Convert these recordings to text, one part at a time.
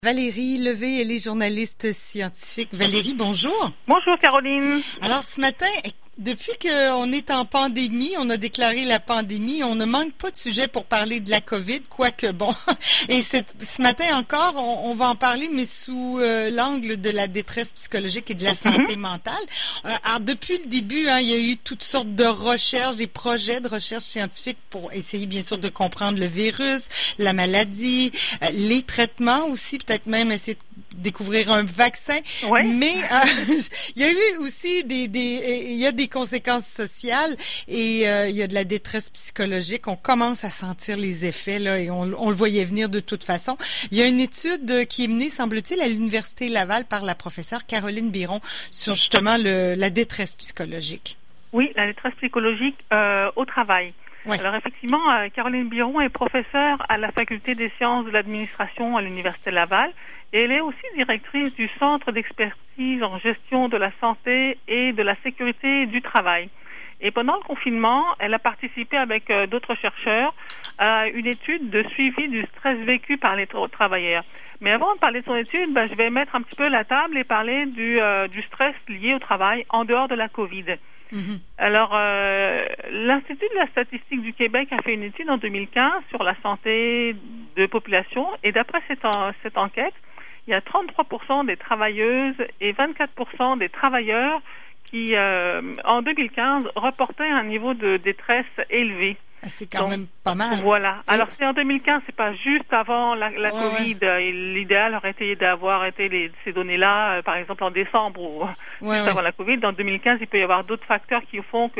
Valérie Levé, elle est journaliste scientifique. Valérie, bonjour. Bonjour Caroline. Alors ce matin, depuis qu'on est en pandémie, on a déclaré la pandémie, on ne manque pas de sujet pour parler de la COVID, quoique bon. Et ce matin encore, on va en parler, mais sous l'angle de la détresse psychologique et de la santé mentale. Alors depuis le début, il y a eu toutes sortes de recherches, des projets de recherche scientifique pour essayer bien sûr de comprendre le virus, la maladie, les traitements aussi, peut-être même essayer de découvrir un vaccin. Ouais. Mais il y a eu aussi il y a des conséquences sociales et il y a de la détresse psychologique. On commence à sentir les effets là et on le voyait venir de toute façon. Il y a une étude qui est menée, semble-t-il, à l'Université Laval par la professeure Caroline Biron sur justement la détresse psychologique. Oui, la détresse psychologique au travail. Oui. Alors effectivement, Caroline Biron est professeure à la Faculté des sciences de l'administration à l'Université Laval et elle est aussi directrice du Centre d'expertise en gestion de la santé et de la sécurité du travail. Et pendant le confinement, elle a participé avec d'autres chercheurs à une étude de suivi du stress vécu par les travailleurs. Mais avant de parler de son étude, je vais mettre un petit peu la table et parler du stress lié au travail en dehors de la COVID. Mm-hmm. Alors, l'Institut de la statistique du Québec a fait une étude en 2015 sur la santé de population et d'après cette enquête, il y a 33% des travailleuses et 24% des travailleurs qui, en 2015, reportaient un niveau de détresse élevé. C'est quand même pas mal. Voilà. Alors, c'est en 2015, c'est pas juste avant la COVID. Ouais. L'idéal aurait été d'avoir ces données-là, par exemple en décembre ou juste avant la COVID. En 2015, il peut y avoir d'autres facteurs qui font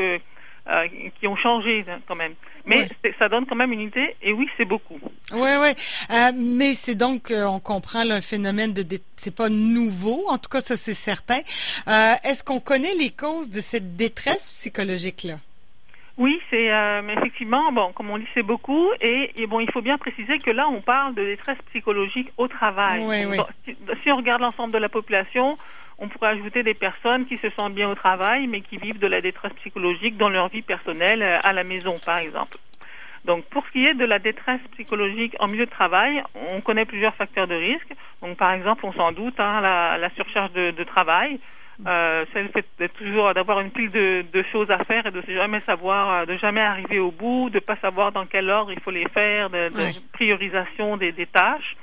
qui ont changé quand même. Mais ça donne quand même une idée. Et oui, c'est beaucoup. Oui. Mais c'est donc, on comprend là, un phénomène c'est pas nouveau. En tout cas, ça c'est certain. Est-ce qu'on connaît les causes de cette détresse psychologique-là? Oui, c'est effectivement, comme on dit, c'est beaucoup. Et il faut bien préciser que là, on parle de détresse psychologique au travail. Oui. Si on regarde l'ensemble de la population, on pourrait ajouter des personnes qui se sentent bien au travail, mais qui vivent de la détresse psychologique dans leur vie personnelle, à la maison, par exemple. Donc, pour ce qui est de la détresse psychologique en milieu de travail, on connaît plusieurs facteurs de risque. Donc, par exemple, on s'en doute, la surcharge de travail. C'est le fait toujours d'avoir une pile de choses à faire et de jamais savoir, de jamais arriver au bout, de pas savoir dans quel ordre il faut les faire, de priorisation des tâches.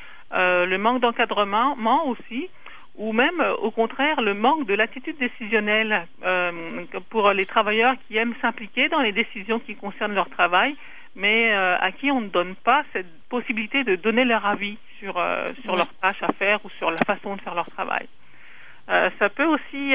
Le manque d'encadrement aussi, ou même au contraire le manque de l'attitude décisionnelle pour les travailleurs qui aiment s'impliquer dans les décisions qui concernent leur travail, mais à qui on ne donne pas cette possibilité de donner leur avis sur leurs tâches à faire ou sur la façon de faire leur travail. Ça peut aussi,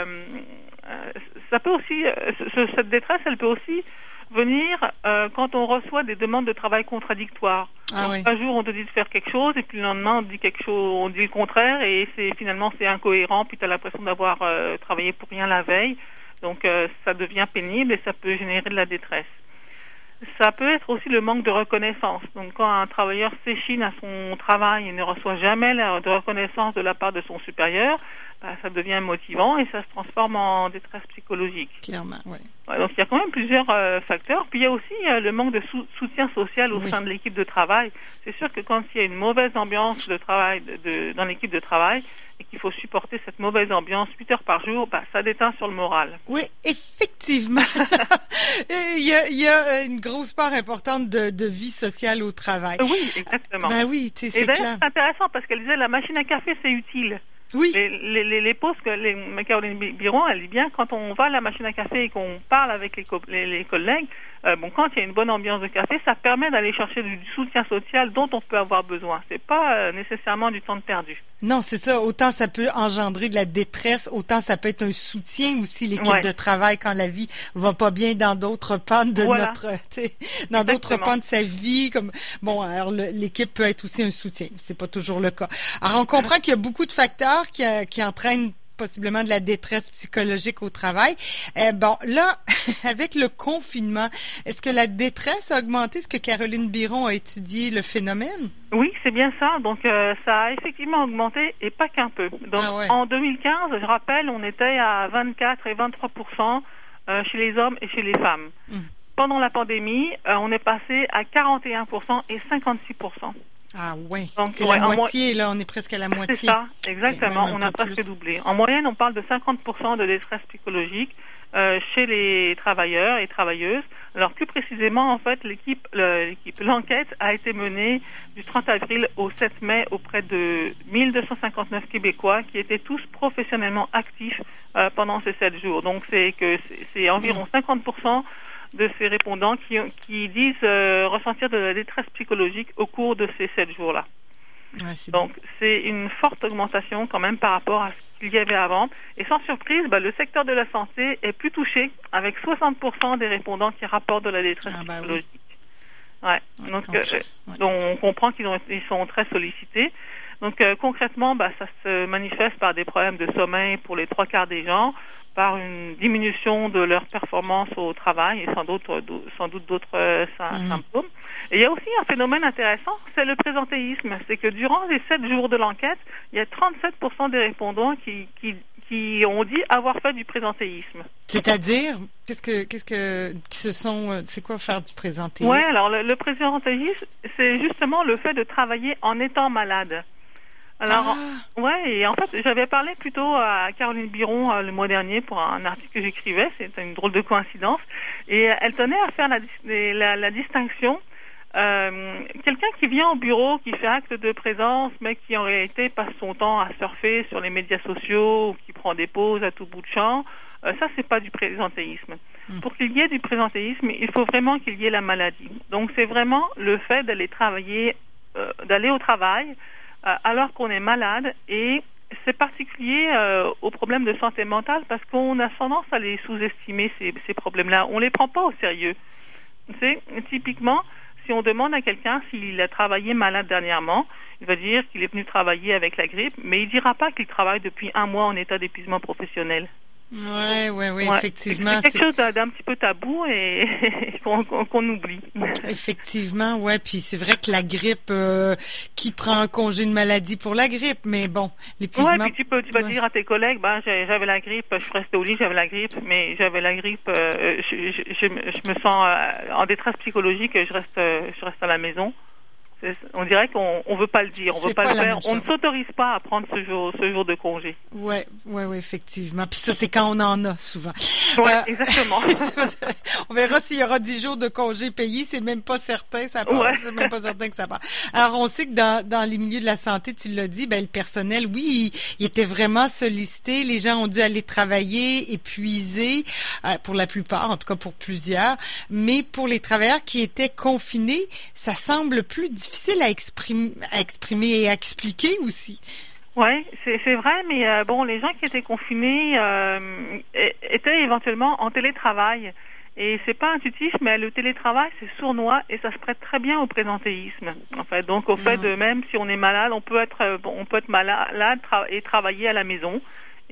cette détresse, elle peut aussi venir quand on reçoit des demandes de travail contradictoires. Un jour, on te dit de faire quelque chose, et puis le lendemain, on dit quelque chose, on dit le contraire, et finalement c'est incohérent, puis tu as l'impression d'avoir travaillé pour rien la veille. Donc ça devient pénible et ça peut générer de la détresse. Ça peut être aussi le manque de reconnaissance. Donc, quand un travailleur s'échine à son travail et ne reçoit jamais de reconnaissance de la part de son supérieur, ça devient motivant et ça se transforme en détresse psychologique. Clairement, oui. Donc, il y a quand même plusieurs facteurs. Puis, il y a aussi le manque de soutien social au sein de l'équipe de travail. C'est sûr que quand il y a une mauvaise ambiance de travail dans l'équipe de travail et qu'il faut supporter cette mauvaise ambiance 8 heures par jour, ça déteint sur le moral. Oui, effectivement. Il y a une grosse part importante de vie sociale au travail. Oui, exactement. Oui, c'est clair. C'est intéressant parce qu'elle disait la machine à café, c'est utile. Oui. Les pauses que Caroline Biron, elle dit bien, quand on va à la machine à café et qu'on parle avec les collègues, quand il y a une bonne ambiance de café, ça permet d'aller chercher du soutien social dont on peut avoir besoin. C'est pas nécessairement du temps de perdu. Non, c'est ça. Autant ça peut engendrer de la détresse, autant ça peut être un soutien aussi, l'équipe de travail, quand la vie va pas bien dans d'autres pans de d'autres pans de sa vie. Alors l'équipe peut être aussi un soutien. C'est pas toujours le cas. Alors on comprend qu'il y a beaucoup de facteurs qui entraînent possiblement de la détresse psychologique au travail. Là, avec le confinement, est-ce que la détresse a augmenté? Est-ce que Caroline Biron a étudié le phénomène? Oui, c'est bien ça. Donc, ça a effectivement augmenté et pas qu'un peu. Donc, en 2015, je rappelle, on était à 24 et 23% chez les hommes et chez les femmes. Pendant la pandémie, on est passé à 41% et 56%. Ah ouais, Donc, c'est la moitié, là, on est presque à la moitié. C'est ça, exactement, on a presque doublé. En moyenne, on parle de 50% de détresse psychologique chez les travailleurs et travailleuses. Alors plus précisément, en fait, l'enquête a été menée du 30 avril au 7 mai auprès de 1259 Québécois qui étaient tous professionnellement actifs pendant ces 7 jours. Donc c'est environ 50% de ces répondants qui disent ressentir de la détresse psychologique au cours de ces 7 jours-là. Ouais, donc, c'est une forte augmentation quand même par rapport à ce qu'il y avait avant. Et sans surprise, le secteur de la santé est plus touché, avec 60% des répondants qui rapportent de la détresse psychologique. Oui. Ouais. Donc, on comprend qu'ils sont très sollicités. Donc, concrètement, ça se manifeste par des problèmes de sommeil pour les 3/4 des gens, par une diminution de leur performance au travail et sans doute d'autres symptômes. Et il y a aussi un phénomène intéressant, c'est le présentéisme. C'est que durant les 7 jours de l'enquête, il y a 37% des répondants qui ont dit avoir fait du présentéisme. C'est-à-dire, c'est quoi faire du présentéisme? Oui, alors le présentéisme, c'est justement le fait de travailler en étant malade. Alors, et en fait, j'avais parlé plutôt à Caroline Biron le mois dernier pour un article que j'écrivais, c'était une drôle de coïncidence, et elle tenait à faire la distinction. Quelqu'un qui vient au bureau, qui fait acte de présence, mais qui en réalité passe son temps à surfer sur les médias sociaux, ou qui prend des pauses à tout bout de champ, ça c'est pas du présentéisme. Pour qu'il y ait du présentéisme, il faut vraiment qu'il y ait la maladie. Donc c'est vraiment le fait d'aller au travail, alors qu'on est malade, et c'est particulier aux problèmes de santé mentale parce qu'on a tendance à les sous-estimer, ces problèmes-là. On les prend pas au sérieux. Tu sais, typiquement, si on demande à quelqu'un s'il a travaillé malade dernièrement, il va dire qu'il est venu travailler avec la grippe, mais il dira pas qu'il travaille depuis 1 mois en état d'épuisement professionnel. Oui, effectivement. C'est quelque chose d'un petit peu tabou et qu'on oublie. Effectivement, ouais. Puis c'est vrai que la grippe, qui prend un congé de maladie pour la grippe, mais bon, l'épuisement. Ouais, puis tu vas dire à tes collègues, j'avais la grippe, je suis restée au lit, j'avais la grippe, mais j'avais la grippe, je me sens en détresse psychologique, je reste à la maison. On dirait qu'on veut pas le dire, on veut pas le faire. On ne s'autorise pas à prendre ce jour de congé. Oui, effectivement. Puis ça, c'est quand on en a souvent. Oui, exactement. On verra s'il y aura 10 jours de congé payés. C'est même pas certain, ça passe. Ouais. C'est même pas certain que ça passe. Alors, on sait que dans les milieux de la santé, tu l'as dit, le personnel, oui, il était vraiment sollicité. Les gens ont dû aller travailler, épuisés, pour la plupart, en tout cas pour plusieurs. Mais pour les travailleurs qui étaient confinés, ça semble plus difficile à exprimer et à expliquer aussi. Oui, c'est vrai, mais les gens qui étaient confinés étaient éventuellement en télétravail. Et c'est pas intuitif, mais le télétravail, c'est sournois et ça se prête très bien au présentéisme. En fait, donc au fait de même si on est malade, on peut être malade et travailler à la maison.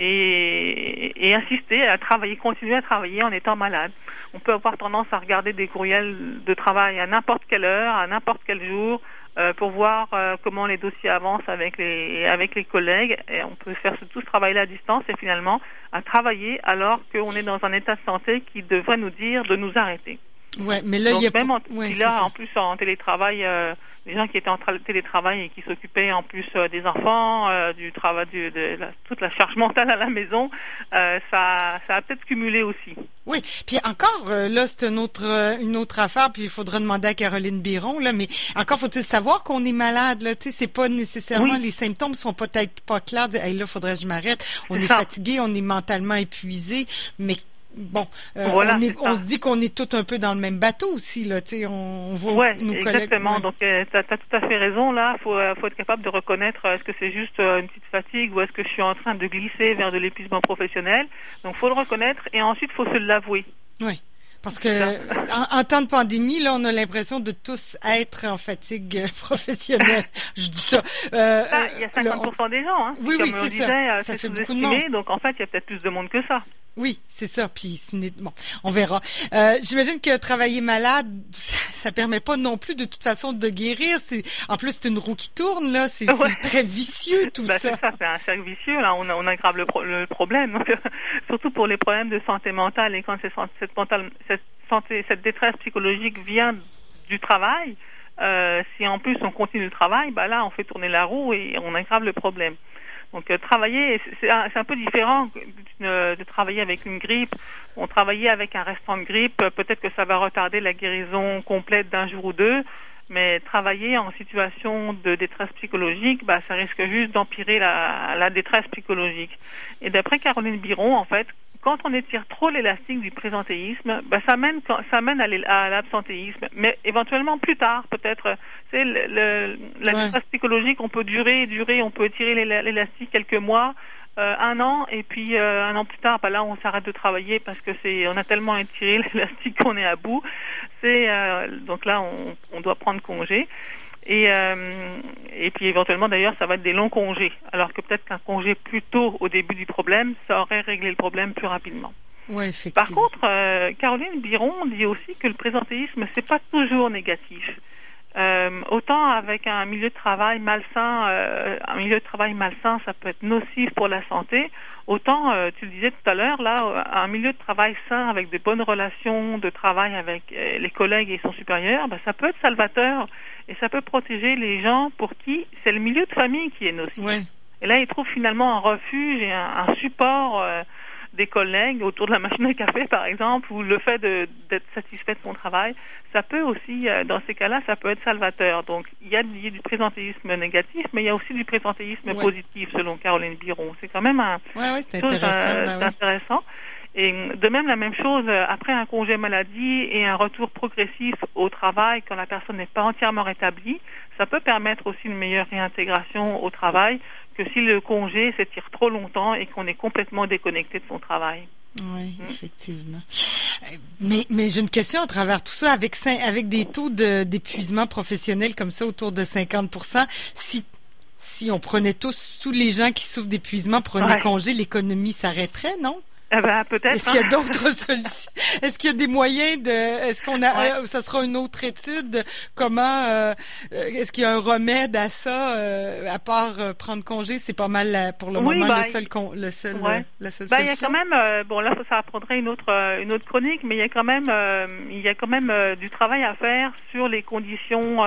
Et insister à continuer à travailler en étant malade. On peut avoir tendance à regarder des courriels de travail à n'importe quelle heure, à n'importe quel jour, pour voir comment les dossiers avancent avec les collègues. Et on peut faire tout ce travail-là à distance et finalement à travailler alors qu'on est dans un état de santé qui devrait nous dire de nous arrêter. Ouais, mais là, il y a même en plus en télétravail, les gens qui étaient en télétravail et qui s'occupaient en plus des enfants, du travail, toute la charge mentale à la maison, ça a peut-être cumulé aussi. Oui, puis encore, là, c'est une autre affaire, puis il faudra demander à Caroline Biron, là, mais encore faut-il savoir qu'on est malade, là, tu sais, c'est pas nécessairement, les symptômes sont peut-être pas clairs, là, faudrait que je m'arrête, on est fatigué, on est mentalement épuisé, mais bon, on se dit qu'on est tous un peu dans le même bateau aussi, là, tu sais, on voit nos collègues. Exactement. Donc, t'as tout à fait raison, là. Faut être capable de reconnaître est-ce que c'est juste une petite fatigue ou est-ce que je suis en train de glisser vers de l'épuisement professionnel. Donc, faut le reconnaître et ensuite, faut se l'avouer. Oui. Parce que en temps de pandémie, là, on a l'impression de tous être en fatigue professionnelle. Je dis ça. Il y a 50% des gens, hein. Oui, c'est ça. Ça fait beaucoup de monde. Donc, en fait, il y a peut-être plus de monde que ça. Oui, c'est ça. Puis, bon, on verra. J'imagine que travailler malade, ça permet pas non plus de toute façon de guérir. En plus, c'est une roue qui tourne, là. C'est très vicieux, tout ça. C'est ça, c'est un cercle vicieux. Là, on aggrave le problème. Donc, surtout pour les problèmes de santé mentale. Et quand cette détresse psychologique vient du travail, Si en plus on continue le travail, là on fait tourner la roue et on aggrave le problème. Donc travailler, c'est un peu différent de travailler avec une grippe. Travailler avec un restant de grippe, peut-être que ça va retarder la guérison complète d'un jour ou deux, mais travailler en situation de détresse psychologique, ça risque juste d'empirer la détresse psychologique. Et d'après Caroline Biron, en fait, quand on étire trop l'élastique du présentéisme, ça mène à l'absentéisme. Mais éventuellement plus tard, peut-être, la détresse psychologique, on peut durer, on peut étirer l'élastique quelques mois, un an, et puis un an plus tard, là, on s'arrête de travailler parce que on a tellement étiré l'élastique qu'on est à bout. Donc là, on doit prendre congé. Et puis éventuellement d'ailleurs ça va être des longs congés, alors que peut-être qu'un congé plus tôt au début du problème, ça aurait réglé le problème plus rapidement. Oui, effectivement. Par contre, Caroline Biron dit aussi que le présentéisme, c'est pas toujours négatif. Autant avec un milieu de travail malsain, ça peut être nocif pour la santé. Autant, tu le disais tout à l'heure, là, un milieu de travail sain avec de bonnes relations de travail avec les collègues et son supérieur, ça peut être salvateur et ça peut protéger les gens pour qui c'est le milieu de famille qui est nocif. Ouais. Et là, ils trouvent finalement un refuge et un support des collègues autour de la machine à café, par exemple, ou le fait d'être satisfait de son travail. Ça peut aussi, dans ces cas-là, ça peut être salvateur. Donc, il y a du présentéisme négatif, mais il y a aussi du présentéisme positif, selon Caroline Biron. C'est quand même c'est intéressant. Intéressant. Et de même, la même chose, après un congé maladie et un retour progressif au travail, quand la personne n'est pas entièrement rétablie, ça peut permettre aussi une meilleure réintégration au travail que si le congé s'étire trop longtemps et qu'on est complètement déconnecté de son travail. Oui, effectivement. Mais j'ai une question à travers tout ça, avec des taux d'épuisement professionnel comme ça, autour de 50%, si on prenait tous les gens qui souffrent d'épuisement prenaient congé, l'économie s'arrêterait, non? Peut-être. Est-ce qu'il y a d'autres solutions? Est-ce qu'il y a des moyens est-ce qu'on a, ça sera une autre étude? Comment, est-ce qu'il y a un remède à ça, à part prendre congé? C'est pas mal, pour le moment, la seule solution. Il y a quand même, là, ça prendrait une autre chronique, mais il y a quand même, du travail à faire sur les conditions,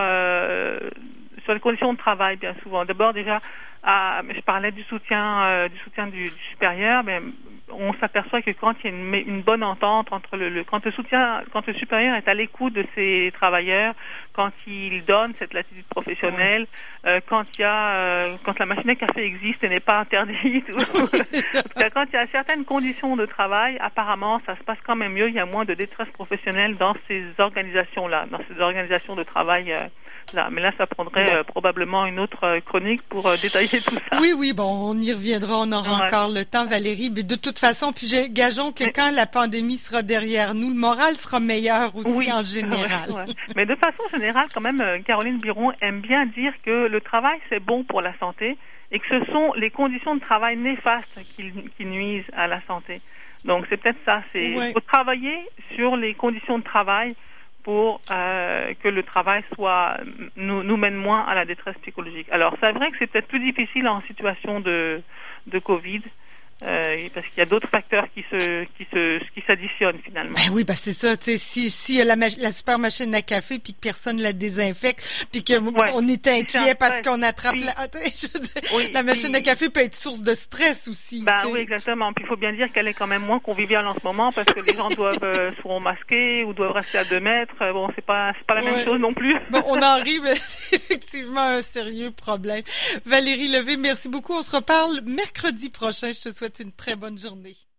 de travail, bien souvent. D'abord, déjà, je parlais du soutien du supérieur, mais on s'aperçoit que quand il y a une bonne entente entre quand le supérieur est à l'écoute de ses travailleurs, quand il donne cette latitude professionnelle, quand la machine à café existe et n'est pas interdite, quand il y a certaines conditions de travail, apparemment, ça se passe quand même mieux. Il y a moins de détresse professionnelle dans ces organisations-là, dans ces organisations de travail. Mais là, ça prendrait probablement une autre chronique pour détailler tout ça. Oui, on y reviendra, on aura encore le temps, Valérie. Mais de toute façon, puis gageons que quand la pandémie sera derrière nous, le moral sera meilleur aussi en général. Mais de façon générale, quand même, Caroline Biron aime bien dire que le travail, c'est bon pour la santé et que ce sont les conditions de travail néfastes qui nuisent à la santé. Donc, c'est peut-être ça. Faut travailler sur les conditions de travail pour que le travail nous mène moins à la détresse psychologique. Alors, c'est vrai que c'est peut-être plus difficile en situation de Covid, parce qu'il y a d'autres facteurs qui s'additionnent finalement. Oui, c'est ça. Si la super machine à café puis que personne la désinfecte, puis que on est inquiet parce qu'on attrape la machine à café peut être source de stress aussi. Oui, exactement. Puis il faut bien dire qu'elle est quand même moins conviviale en ce moment parce que les gens seront masqués ou doivent rester à 2 mètres. C'est pas la même chose non plus. On en rit, mais c'est effectivement un sérieux problème. Valérie Levé, merci beaucoup. On se reparle mercredi prochain. Je te souhaite une très bonne journée.